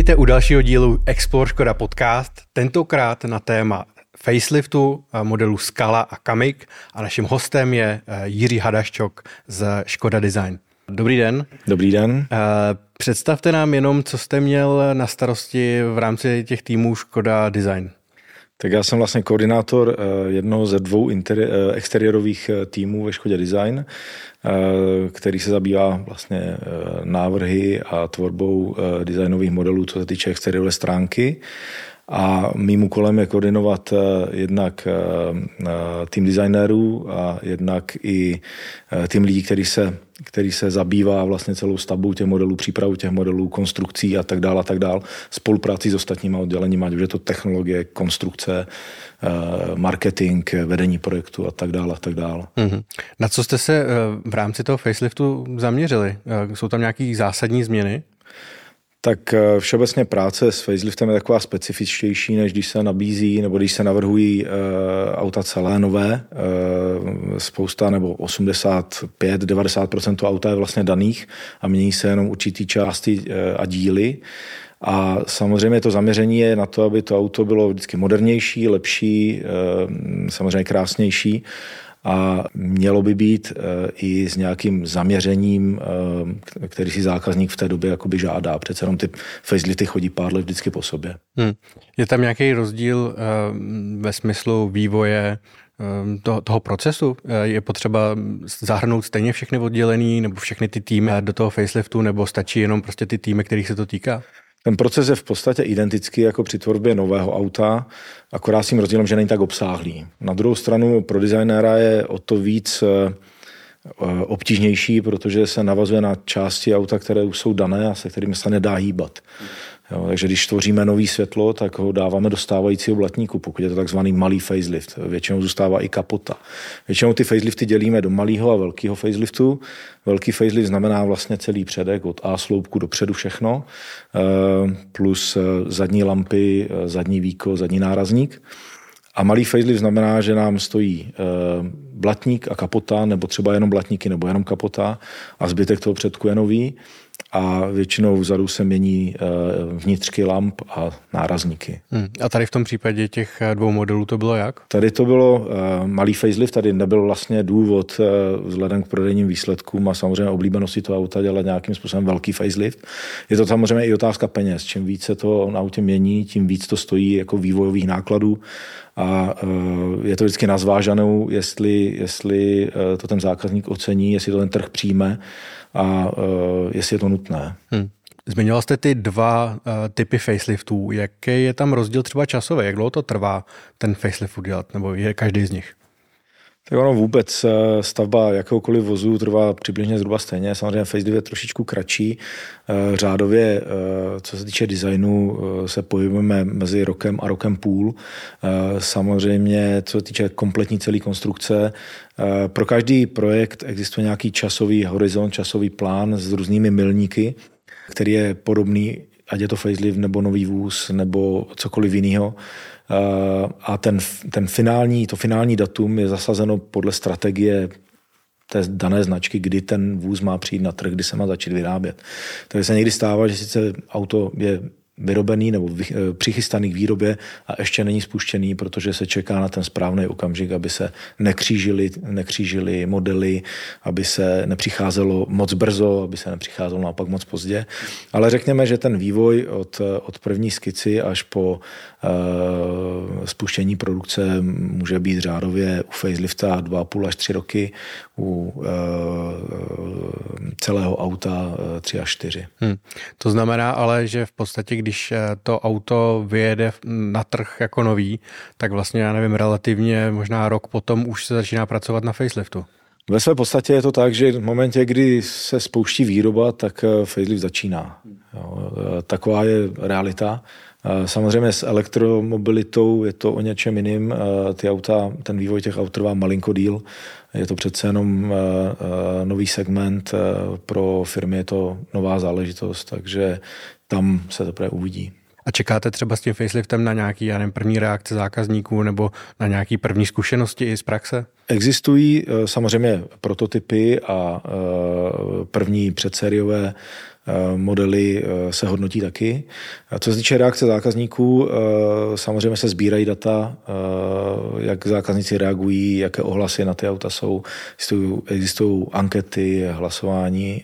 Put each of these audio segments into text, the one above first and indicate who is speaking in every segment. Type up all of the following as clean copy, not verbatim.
Speaker 1: Vítejte u dalšího dílu Explore Škoda Podcast, tentokrát na téma faceliftu, modelu Scala a Kamiq a naším hostem je Jiří Hadaščok z Škoda Design. Dobrý den.
Speaker 2: Dobrý den.
Speaker 1: Představte nám jenom, co jste měl na starosti v rámci těch týmů Škoda Design.
Speaker 2: Tak já jsem vlastně koordinátor jednoho ze dvou exteriérových týmů ve Škodě Design, který se zabývá vlastně návrhy a tvorbou designových modelů, co se týče exteriérové stránky. A mým úkolem je koordinovat jednak tým designérů a jednak i tým lidí, který se zabývá vlastně celou stavbou těch modelů, přípravou těch modelů, konstrukcí a tak dále, spolupráci s ostatníma odděleními, ať už je to technologie, konstrukce, marketing, vedení projektu a tak dále.
Speaker 1: Mm-hmm. Na co jste se v rámci toho faceliftu zaměřili? Jsou tam nějaké zásadní změny?
Speaker 2: Tak všeobecně práce s faceliftem je taková specifičtější, než když se nabízí nebo když se navrhují auta celé nové. Spousta nebo 85-90% auta je vlastně daných a mění se jenom určitý části a díly. A samozřejmě to zaměření je na to, aby to auto bylo vždycky modernější, lepší, samozřejmě krásnější. A mělo by být i s nějakým zaměřením, který si zákazník v té době jakoby žádá. Přece jenom ty facelifty chodí pár let vždycky po sobě.
Speaker 1: Je tam nějaký rozdíl ve smyslu vývoje toho procesu? Je potřeba zahrnout stejně všechny oddělený nebo všechny ty týmy do toho faceliftu, nebo stačí jenom prostě ty týmy, kterých se to týká?
Speaker 2: Ten proces je v podstatě identický jako při tvorbě nového auta, akorát s tím rozdílem, že není tak obsáhlý. Na druhou stranu pro designéra je o to víc obtížnější, protože se navazuje na části auta, které už jsou dané a se kterými se nedá hýbat. Jo, takže když tvoříme nový světlo, tak ho dáváme do stávajícího blatníku, pokud je to takzvaný malý facelift. Většinou zůstává i kapota. Většinou ty facelifty dělíme do malého a velkého faceliftu. Velký facelift znamená vlastně celý předek od A sloupku dopředu všechno, plus zadní lampy, zadní víko, zadní nárazník. A malý facelift znamená, že nám stojí blatník a kapota, nebo třeba jenom blatníky, nebo jenom kapota a zbytek toho předku je nový. A většinou vzadu se mění vnitřky lamp a nárazníky.
Speaker 1: A tady v tom případě těch dvou modelů to bylo jak?
Speaker 2: Tady to bylo malý facelift, tady nebyl vlastně důvod vzhledem k prodejním výsledkům a samozřejmě oblíbenosti toho auta dělat nějakým způsobem velký facelift. Je to samozřejmě i otázka peněz. Čím víc se to na autě mění, tím víc to stojí jako vývojových nákladů a je to vždycky na zváženou, jestli to ten zákazník ocení, jestli to ten trh přijme a jestli je to nutné.
Speaker 1: Zmiňoval jste ty dva typy faceliftů. Jaký je tam rozdíl třeba časový? Jak dlouho to trvá ten facelift udělat? Nebo je každý z nich?
Speaker 2: Tak ono vůbec stavba jakéhokoliv vozu trvá přibližně zhruba stejně. Samozřejmě facelift je trošičku kratší. Řádově, co se týče designu, se pohybujeme mezi rokem a rokem půl. Samozřejmě, co se týče kompletní celé konstrukce, pro každý projekt existuje nějaký časový horizont, časový plán s různými milníky, který je podobný, ať je to facelift nebo nový vůz nebo cokoliv jiného. A to finální datum je zasazeno podle strategie té dané značky, kdy ten vůz má přijít na trh, kdy se má začít vyrábět. Takže se někdy stává, že sice auto je vyrobený nebo přichystaný k výrobě a ještě není spuštěný, protože se čeká na ten správný okamžik, aby se nekřížily modely, aby se nepřicházelo moc brzo, aby se nepřicházelo naopak moc pozdě. Ale řekněme, že ten vývoj od první skici až po spuštění produkce může být řádově u facelifta 2,5 až 3 roky, u celého auta 3 až 4.
Speaker 1: To znamená ale, že v podstatě, když to auto vyjede na trh jako nový, tak vlastně, já nevím, relativně možná rok potom už se začíná pracovat na faceliftu.
Speaker 2: Ve své podstatě je to tak, že v momentě, kdy se spouští výroba, tak facelift začíná. Jo, taková je realita. Samozřejmě s elektromobilitou je to o něčem jiným. Ten vývoj těch aut trvá malinko díl. Je to přece jenom nový segment, pro firmy je to nová záležitost, takže tam se teprve uvidí.
Speaker 1: A čekáte třeba s tím faceliftem na nějaký, já nevím, první reakce zákazníků nebo na nějaký první zkušenosti i z praxe?
Speaker 2: Existují samozřejmě prototypy a první předsériové modely se hodnotí taky. Co se týče reakce zákazníků, samozřejmě se sbírají data, jak zákazníci reagují, jaké ohlasy na ty auta jsou, existují ankety, hlasování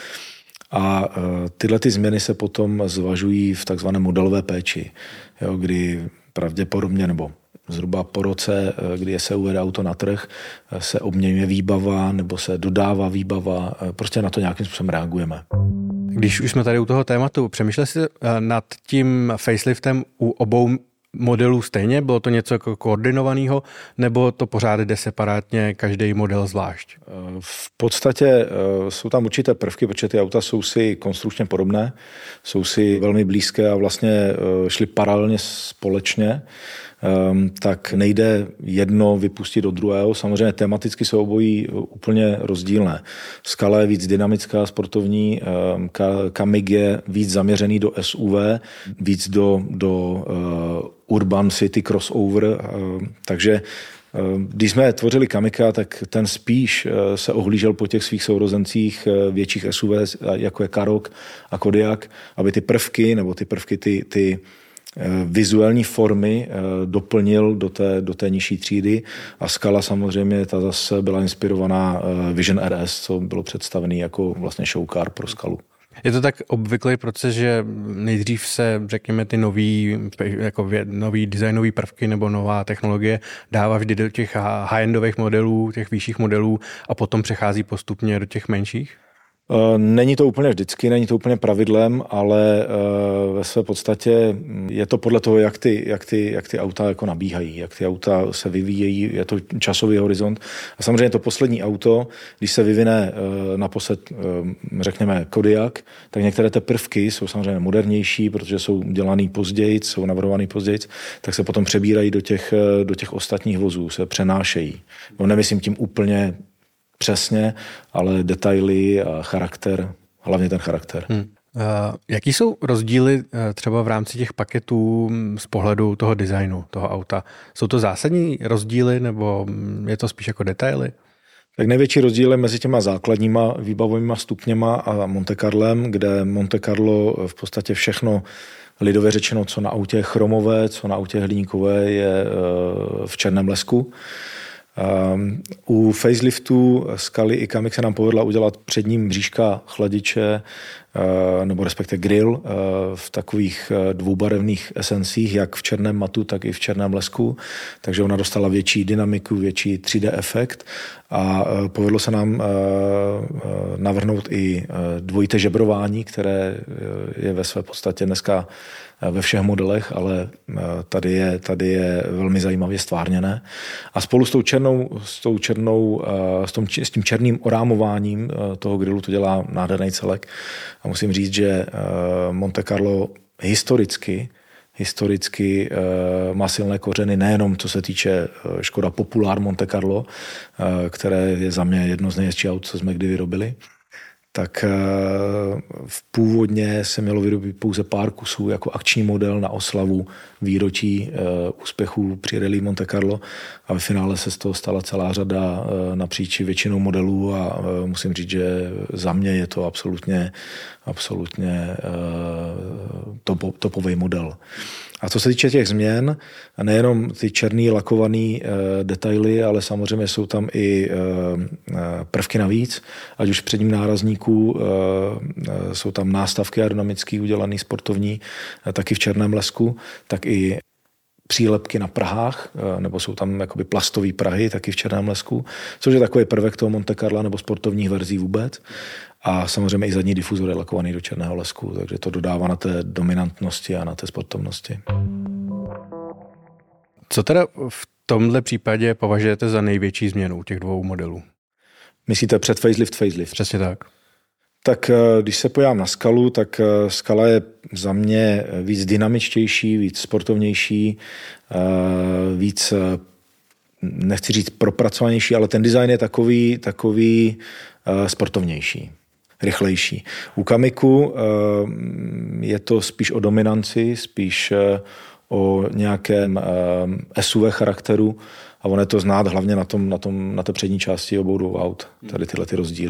Speaker 2: a tyhle ty změny se potom zvažují v takzvané modelové péči, jo, kdy pravděpodobně nebo zhruba po roce, kdy se uvede auto na trh, se obměňuje výbava nebo se dodává výbava, prostě na to nějakým způsobem reagujeme.
Speaker 1: Když už jsme tady u toho tématu, přemýšleli jste nad tím faceliftem u obou modelů stejně? Bylo to něco jako koordinovaného, nebo to pořád jde separátně každý model zvlášť?
Speaker 2: V podstatě jsou tam určité prvky, protože ty auta jsou si konstrukčně podobné, jsou si velmi blízké a vlastně šly paralelně společně. Tak nejde jedno vypustit do druhého. Samozřejmě tematicky jsou obojí úplně rozdílné. Skala je víc dynamická, sportovní, Kamiq je víc zaměřený do SUV, víc do urban city crossover, takže když jsme tvořili Kamiqa, tak ten spíš se ohlížel po těch svých sourozencích větších SUV, jako je Karoq a Kodiaq, aby ty prvky nebo ty vizuální formy doplnil do té nižší třídy a Skala samozřejmě ta zase byla inspirovaná Vision RS, co bylo představený jako vlastně showcar pro Skalu.
Speaker 1: Je to tak obvyklý proces, že nejdřív se, řekněme, ty nový designový prvky nebo nová technologie dává vždy do těch high-endových modelů, těch vyšších modelů a potom přechází postupně do těch menších?
Speaker 2: Není to úplně vždycky, není to úplně pravidlem, ale ve své podstatě je to podle toho, jak ty auta jako nabíhají, jak ty auta se vyvíjejí, je to časový horizont. A samozřejmě to poslední auto, když se vyvine naposled, řekněme, Kodiaq, tak některé ty prvky jsou samozřejmě modernější, protože jsou dělaný později, jsou navrhovaný později, tak se potom přebírají do těch ostatních vozů, se přenášejí. No, nemyslím tím úplně přesně, ale detaily a charakter, hlavně ten charakter.
Speaker 1: Jaký jsou rozdíly třeba v rámci těch paketů z pohledu toho designu, toho auta? Jsou to zásadní rozdíly nebo je to spíš jako detaily?
Speaker 2: Tak největší rozdíl je mezi těma základníma výbavovými stupněma a Monte Carlem, kde Monte Carlo v podstatě všechno lidově řečeno, co na autě je chromové, co na autě je hliníkové, je v černém lesku. U faceliftu Skaly i Kamiq se nám povedla udělat přední mřížka chladiče nebo respektive grill v takových dvoubarevných esencích, jak v černém matu, tak i v černém lesku. Takže ona dostala větší dynamiku, větší 3D efekt a povedlo se nám navrhnout i dvojité žebrování, které je ve své podstatě dneska ve všech modelech, ale tady je velmi zajímavě stvárněné. A spolu s tím černým orámováním toho grillu to dělá nádherný celek. A musím říct, že Monte Carlo historicky má silné kořeny, nejenom co se týče Škoda Popular Monte Carlo, které je za mě jedno z nejhezčích aut, co jsme kdy vyrobili, tak původně se mělo vyrobit pouze pár kusů jako akční model na oslavu výročí úspěchů při Rallye Monte Carlo a ve finále se z toho stala celá řada napříč většinou modelů a musím říct, že za mě je to absolutně topový model. A co se týče těch změn, nejenom ty černý lakovaný detaily, ale samozřejmě jsou tam i prvky navíc, ať už v předním nárazníku jsou tam nástavky aerodynamický udělaný sportovní, taky v černém lesku, tak i přílepky na prahách, nebo jsou tam jakoby plastové prahy, taky v černém lesku, což je takový prvek toho Monte Carla nebo sportovních verzí vůbec. A samozřejmě i zadní difuzor je lakovaný do černého lesku, takže to dodává na té dominantnosti a na té sportovnosti.
Speaker 1: Co teda v tomhle případě považujete za největší změnu těch dvou modelů?
Speaker 2: Myslíte před facelift?
Speaker 1: Přesně tak.
Speaker 2: Tak když se podívám na Skalu, tak Skala je za mě víc dynamičtější, víc sportovnější, víc, nechci říct propracovanější, ale ten design je takový sportovnější, rychlejší. U Kamiqu je to spíš o dominanci, spíš o nějakém SUV charakteru a on je to znát hlavně na té přední části obou dvou aut, tady tyhle ty rozdíly.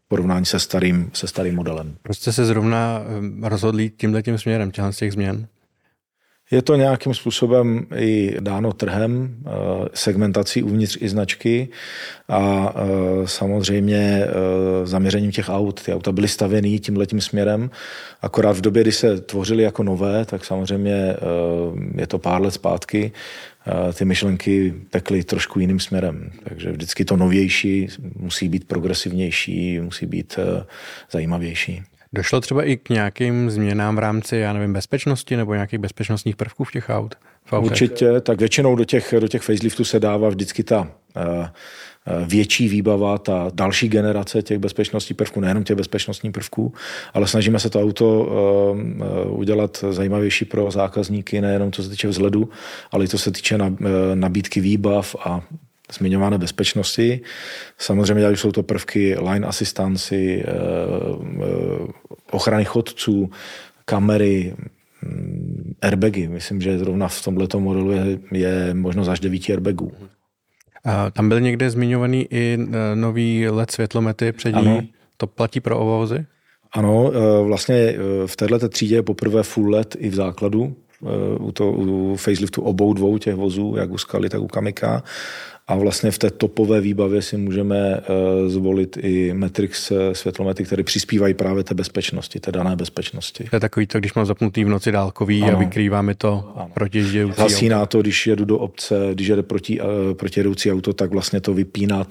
Speaker 2: porovnání se starým modelem.
Speaker 1: Prostě se zrovna rozhodli tímhletím směrem z těch změn?
Speaker 2: Je to nějakým způsobem i dáno trhem, segmentací uvnitř i značky a samozřejmě zaměřením těch aut. Ty auta byly stavěny tímhletím směrem, akorát v době, kdy se tvořily jako nové, tak samozřejmě je to pár let zpátky, ty myšlenky pekly trošku jiným směrem. Takže vždycky to novější musí být progresivnější, musí být zajímavější.
Speaker 1: Došlo třeba i k nějakým změnám v rámci, já nevím, bezpečnosti nebo nějakých bezpečnostních prvků v těch aut?
Speaker 2: Určitě, tak většinou do těch faceliftů se dává vždycky ta větší výbava, ta další generace těch bezpečnostních prvků, nejenom těch bezpečnostních prvků, ale snažíme se to auto udělat zajímavější pro zákazníky, nejenom co se týče vzhledu, ale i co se týče nabídky výbav a zmiňované bezpečnosti. Samozřejmě, ať jsou to prvky line assistance, ochrany chodců, kamery, airbagy. Myslím, že zrovna v tomto modelu je možnost až 9 airbagů.
Speaker 1: A tam byl někde zmiňovaný i nový LED světlomety přední. Ano. To platí pro oba vozy?
Speaker 2: Ano, vlastně v této třídě je poprvé full LED i v základu. U faceliftu obou dvou těch vozů, jak u Scaly, tak u Kamika. A vlastně v té topové výbavě si můžeme zvolit i Matrix světlomety, které přispívají právě té bezpečnosti, té dané bezpečnosti.
Speaker 1: To je takový to, když mám zapnutý v noci dálkový, ano, a vykrývá mi to protijezdící.
Speaker 2: Zasíná to, když jedu do obce, když jede protijedoucí auto, tak vlastně to vypíná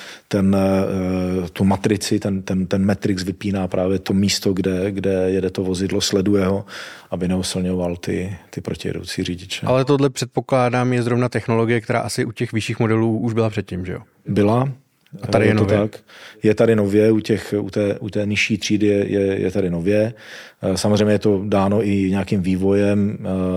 Speaker 2: tu matrici, ten Matrix vypíná právě to místo, kde jede to vozidlo, sleduje ho, aby neosilňoval ty protijedoucí řidiče. Ale
Speaker 1: tohle předpokládám je zrovna technologie, která asi u těch vyšších modelů už byla předtím, že jo?
Speaker 2: Byla.
Speaker 1: A tady je nově.
Speaker 2: Tak. Je tady nově, u té nižší třídy je tady nově. Samozřejmě je to dáno i nějakým vývojem,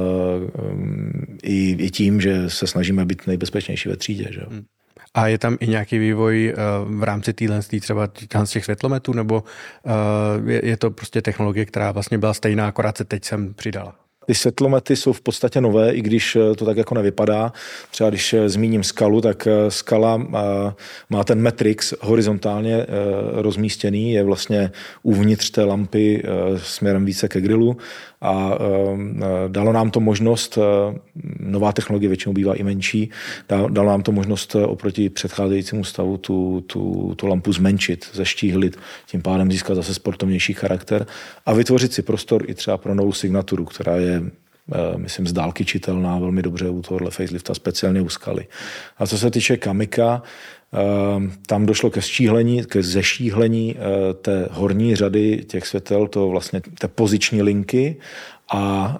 Speaker 2: i tím, že se snažíme být nejbezpečnější ve třídě. Že jo?
Speaker 1: A je tam i nějaký vývoj v rámci třeba těch světlometů, nebo je to prostě technologie, která vlastně byla stejná, akorát se teď sem přidala?
Speaker 2: Ty světlomety jsou v podstatě nové, i když to tak jako nevypadá. Třeba když zmíním Scalu, tak Scala má ten Matrix horizontálně rozmístěný, je vlastně uvnitř té lampy směrem více ke grilu a dalo nám to možnost, nová technologie většinou bývá i menší, dalo nám to možnost oproti předcházejícímu stavu tu lampu zmenšit, zeštíhlit, tím pádem získat zase sportovnější charakter a vytvořit si prostor i třeba pro novou signaturu, která je, myslím, z dálky čitelná velmi dobře u tohohle facelifta, speciálně u Scaly. A co se týče Kamika, tam došlo ke zeštíhlení té horní řady těch světel, to vlastně té poziční linky a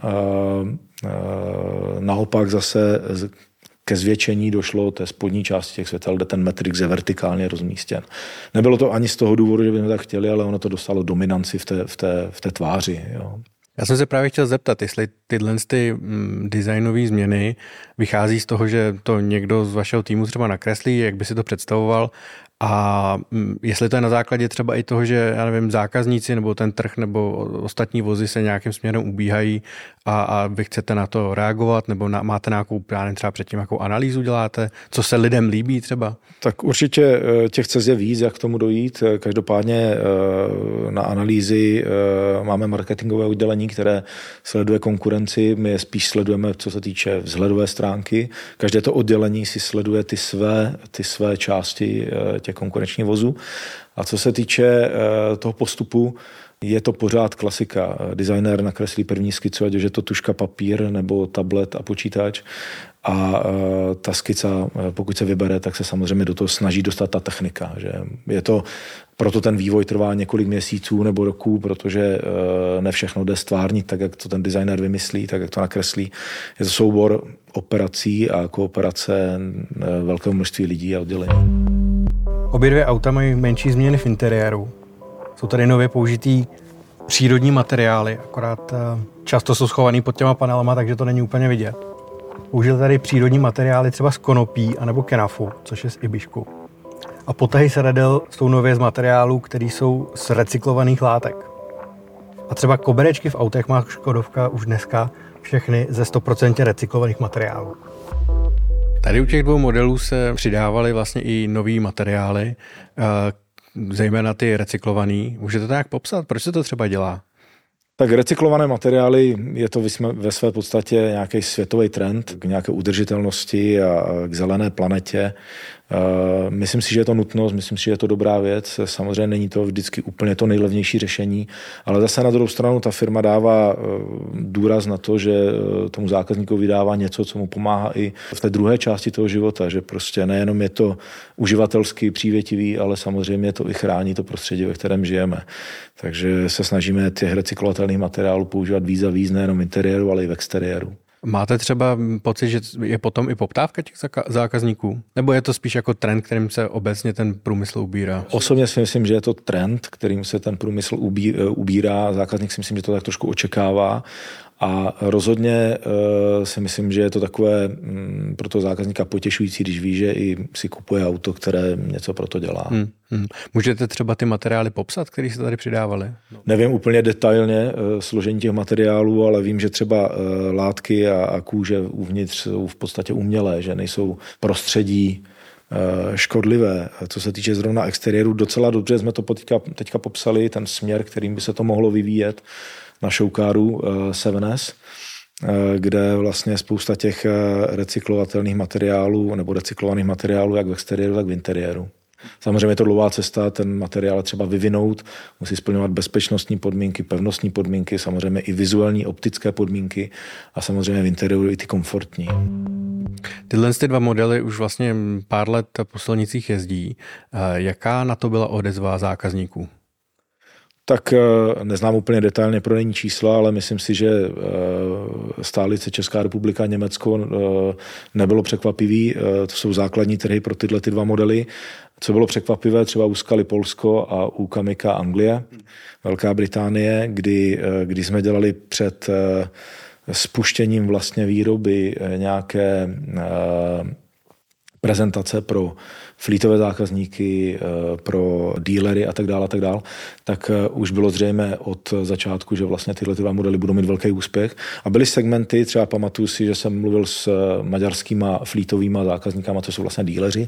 Speaker 2: naopak zase ke zvětšení došlo té spodní části těch světel, kde ten Matrix je vertikálně rozmístěn. Nebylo to ani z toho důvodu, že bychom tak chtěli, ale ono to dostalo dominanci v té tváři. Jo.
Speaker 1: Já jsem se právě chtěl zeptat, jestli tyhle designové změny vychází z toho, že to někdo z vašeho týmu třeba nakreslí, jak by si to představoval, a jestli to je na základě třeba i toho, že, já nevím, zákazníci nebo ten trh nebo ostatní vozy se nějakým směrem ubíhají a vy chcete na to reagovat, nebo máte nějakou, já nevím, třeba předtím nějakou analýzu děláte, co se lidem líbí třeba?
Speaker 2: Tak určitě těch cest je víc, jak k tomu dojít. Každopádně na analýzy máme marketingové oddělení, které sleduje konkurenci. My je spíš sledujeme, co se týče vzhledové stránky. Každé to oddělení si sleduje ty své části těch konkurenčních vozů. A co se týče toho postupu, je to pořád klasika. Designer nakreslí první skicu, ať už je to tužka, papír nebo tablet a počítač. A ta skica, pokud se vybere, tak se samozřejmě do toho snaží dostat ta technika. Že je to, proto ten vývoj trvá několik měsíců nebo roků, protože ne všechno jde stvárnit tak, jak to ten designer vymyslí, tak, jak to nakreslí. Je to soubor operací a kooperace velkého množství lidí a oddělení.
Speaker 1: Obě dvě auta mají menší změny v interiéru. Jsou tady nově použitý přírodní materiály, akorát často jsou schovaný pod těma panelama, takže to není úplně vidět. Použil tady přírodní materiály třeba z konopí anebo kenafu, což je z ibišku. A potahy sedadel jsou nově z materiálů, které jsou z recyklovaných látek. A třeba koberečky v autech má Škodovka už dneska všechny ze 100% recyklovaných materiálů. Tady u těch dvou modelů se přidávaly vlastně i nový materiály. zejména ty recyklovaný. Můžete to nějak popsat? Proč se to třeba dělá?
Speaker 2: Tak recyklované materiály je to ve své podstatě nějaký světový trend k nějaké udržitelnosti a k zelené planetě. Myslím si, že je to nutnost, myslím si, že je to dobrá věc. Samozřejmě není to vždycky úplně to nejlevnější řešení, ale zase na druhou stranu ta firma dává důraz na to, že tomu zákazníkovi dává něco, co mu pomáhá i v té druhé části toho života, že prostě nejenom je to uživatelsky přívětivý, ale samozřejmě to i chrání to prostředí, ve kterém žijeme. Takže se snažíme těch recyklovatelných materiálů používat víc a víc, nejenom v interiéru, ale i v exteriéru.
Speaker 1: Máte třeba pocit, že je potom i poptávka těch zákazníků? Nebo je to spíš jako trend, kterým se obecně ten průmysl ubírá?
Speaker 2: Osobně si myslím, že je to trend, kterým se ten průmysl ubírá. Zákazník si myslím, že to tak trošku očekává. A rozhodně si myslím, že je to takové pro toho zákazníka potěšující, když ví, že i si kupuje auto, které něco pro to dělá.
Speaker 1: Můžete třeba ty materiály popsat, které se tady přidávaly?
Speaker 2: Nevím úplně detailně složení těch materiálů, ale vím, že třeba látky a kůže uvnitř jsou v podstatě umělé, že nejsou prostředí škodlivé. Co se týče zrovna exteriéru, docela dobře jsme to teďka popsali, ten směr, kterým by se to mohlo vyvíjet na showcaru 7S, kde vlastně spousta těch recyklovatelných materiálů nebo recyklovaných materiálů jak v exteriéru, tak v interiéru. Samozřejmě je to dlouhá cesta, ten materiál třeba vyvinout, musí splňovat bezpečnostní podmínky, pevnostní podmínky, samozřejmě i vizuální, optické podmínky a samozřejmě v interiéru i ty komfortní.
Speaker 1: Tyhle dva modely už vlastně pár let po silnicích jezdí. Jaká na to byla odezva zákazníků?
Speaker 2: Tak neznám úplně detailně prodejní čísla, ale myslím si, že stálice Česká republika a Německo nebylo překvapivý. To jsou základní trhy pro tyhle dva modely. Co bylo překvapivé, třeba u Skaly Polsko a u Kamika Anglie, Velká Británie, kdy jsme dělali před spuštěním vlastně výroby nějaké prezentace pro fleetové zákazníky, pro dealery a tak dále, tak už bylo zřejmé od začátku, že vlastně tyhle dva modely budou mít velký úspěch. A byly segmenty, třeba pamatuju si, že jsem mluvil s maďarskýma fleetovýma zákazníkama, to jsou vlastně dealeři,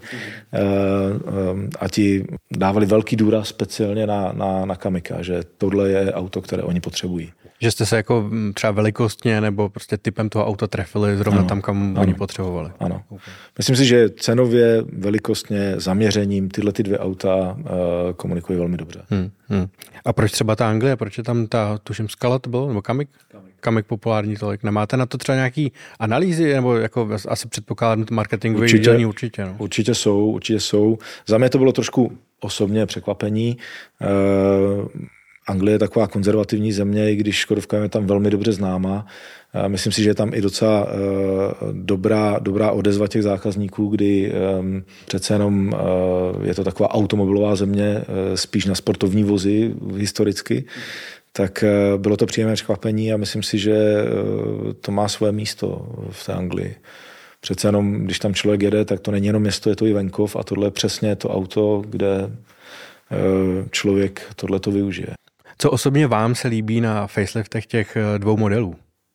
Speaker 2: a ti dávali velký důraz speciálně na Kamika, že tohle je auto, které oni potřebují.
Speaker 1: Že jste se jako třeba velikostně nebo prostě typem toho auta trefili zrovna tam, kam oni potřebovali.
Speaker 2: Ano. Okay. Myslím si, že cenově, velikostně, zaměřením tyhle ty dvě auta komunikují velmi dobře.
Speaker 1: A proč třeba ta Anglie? Proč je tam tuším Skala to bylo? Nebo Kamik? Kamik populární tolik. Nemáte na to třeba nějaký analýzy? Nebo jako asi předpokládám to marketingové výdělení určitě. No.
Speaker 2: Určitě jsou. Za mě to bylo trošku osobně překvapení. Anglie je taková konzervativní země, i když Škodovka je tam velmi dobře známá. Myslím si, že je tam i docela dobrá odezva těch zákazníků, kdy přece jenom je to taková automobilová země, spíš na sportovní vozy historicky. Tak bylo to příjemné překvapení a myslím si, že to má svoje místo v té Anglii. Přece jenom, když tam člověk jede, tak to není jenom město, je to i venkov a tohle je přesně to auto, kde člověk tohleto využije.
Speaker 1: Co osobně vám se líbí na faceliftech těch dvou modelů?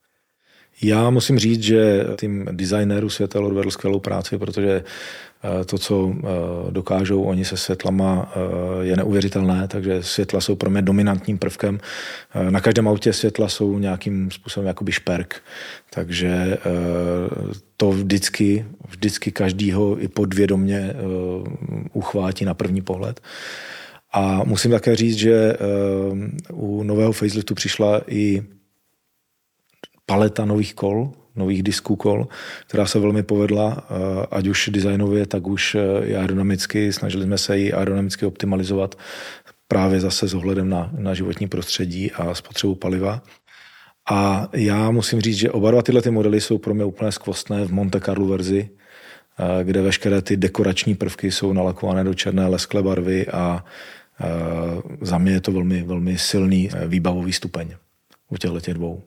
Speaker 2: Já musím říct, že tým designérů světel odvedl skvělou práci, protože to, co dokážou oni se světlama, je neuvěřitelné, takže světla jsou pro mě dominantním prvkem. Na každém autě světla jsou nějakým způsobem jakoby šperk, takže to vždycky každýho i podvědomě uchvátí na první pohled. A musím také říct, že u nového faceliftu přišla i paleta nových kol, nových disků kol, která se velmi povedla, ať už designově, tak už i aerodynamicky. Snažili jsme se ji aerodynamicky optimalizovat právě zase s ohledem na životní prostředí a spotřebu paliva. A já musím říct, že oba dva tyhle ty modely jsou pro mě úplně skvostné v Monte Carlo verzi, kde veškeré ty dekorační prvky jsou nalakované do černé lesklé barvy a za mě je to velmi, velmi silný výbavový stupeň u těchto dvou.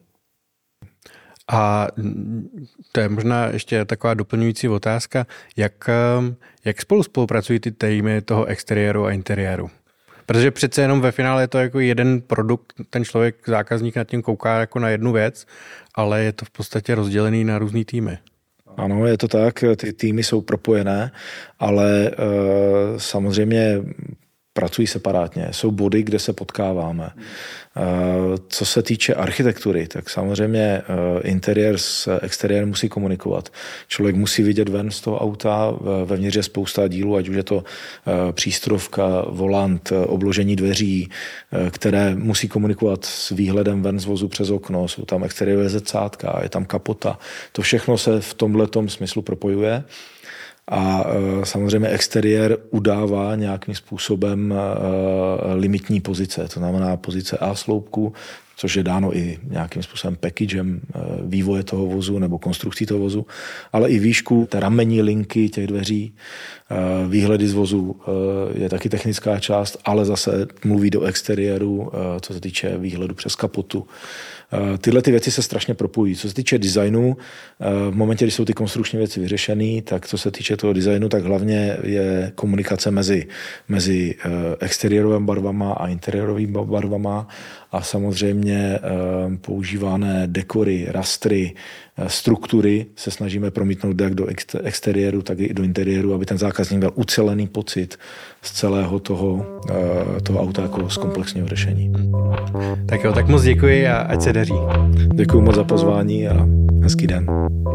Speaker 1: A to je možná ještě taková doplňující otázka, jak spolu spolupracují ty týmy toho exteriéru a interiéru? Protože přece jenom ve finále je to jako jeden produkt, ten člověk, zákazník nad tím kouká jako na jednu věc, ale je to v podstatě rozdělený na různý týmy.
Speaker 2: Ano, je to tak, ty týmy jsou propojené, ale samozřejmě pracují separátně. Jsou body, kde se potkáváme. Co se týče architektury, tak samozřejmě interiér s exteriérem musí komunikovat. Člověk musí vidět ven z toho auta, vevnitř je spousta dílů, ať už je to přístrojovka, volant, obložení dveří, které musí komunikovat s výhledem ven z vozu přes okno, jsou tam exteriérové zrcátka, je tam kapota. To všechno se v tomhletom smyslu propojuje. A samozřejmě exteriér udává nějakým způsobem limitní pozice, to znamená pozice A sloupku, což je dáno i nějakým způsobem packagem vývoje toho vozu nebo konstrukcí toho vozu, ale i výšku té ramení linky těch dveří, výhledy z vozu je taky technická část, ale zase mluví do exteriéru, co se týče výhledu přes kapotu. Tyhle ty věci se strašně propojí. Co se týče designu, v momentě, kdy jsou ty konstrukční věci vyřešené, tak co se týče toho designu, tak hlavně je komunikace mezi exteriérovými barvama a interiérovými barvama a samozřejmě používané dekory, rastry, struktury se snažíme promítnout jak do exteriéru, tak i do interiéru, aby ten zákazník měl ucelený pocit z celého toho auta jako z komplexního řešení.
Speaker 1: Tak jo, tak moc děkuji a ať se daří.
Speaker 2: Děkuji moc za pozvání a hezký den.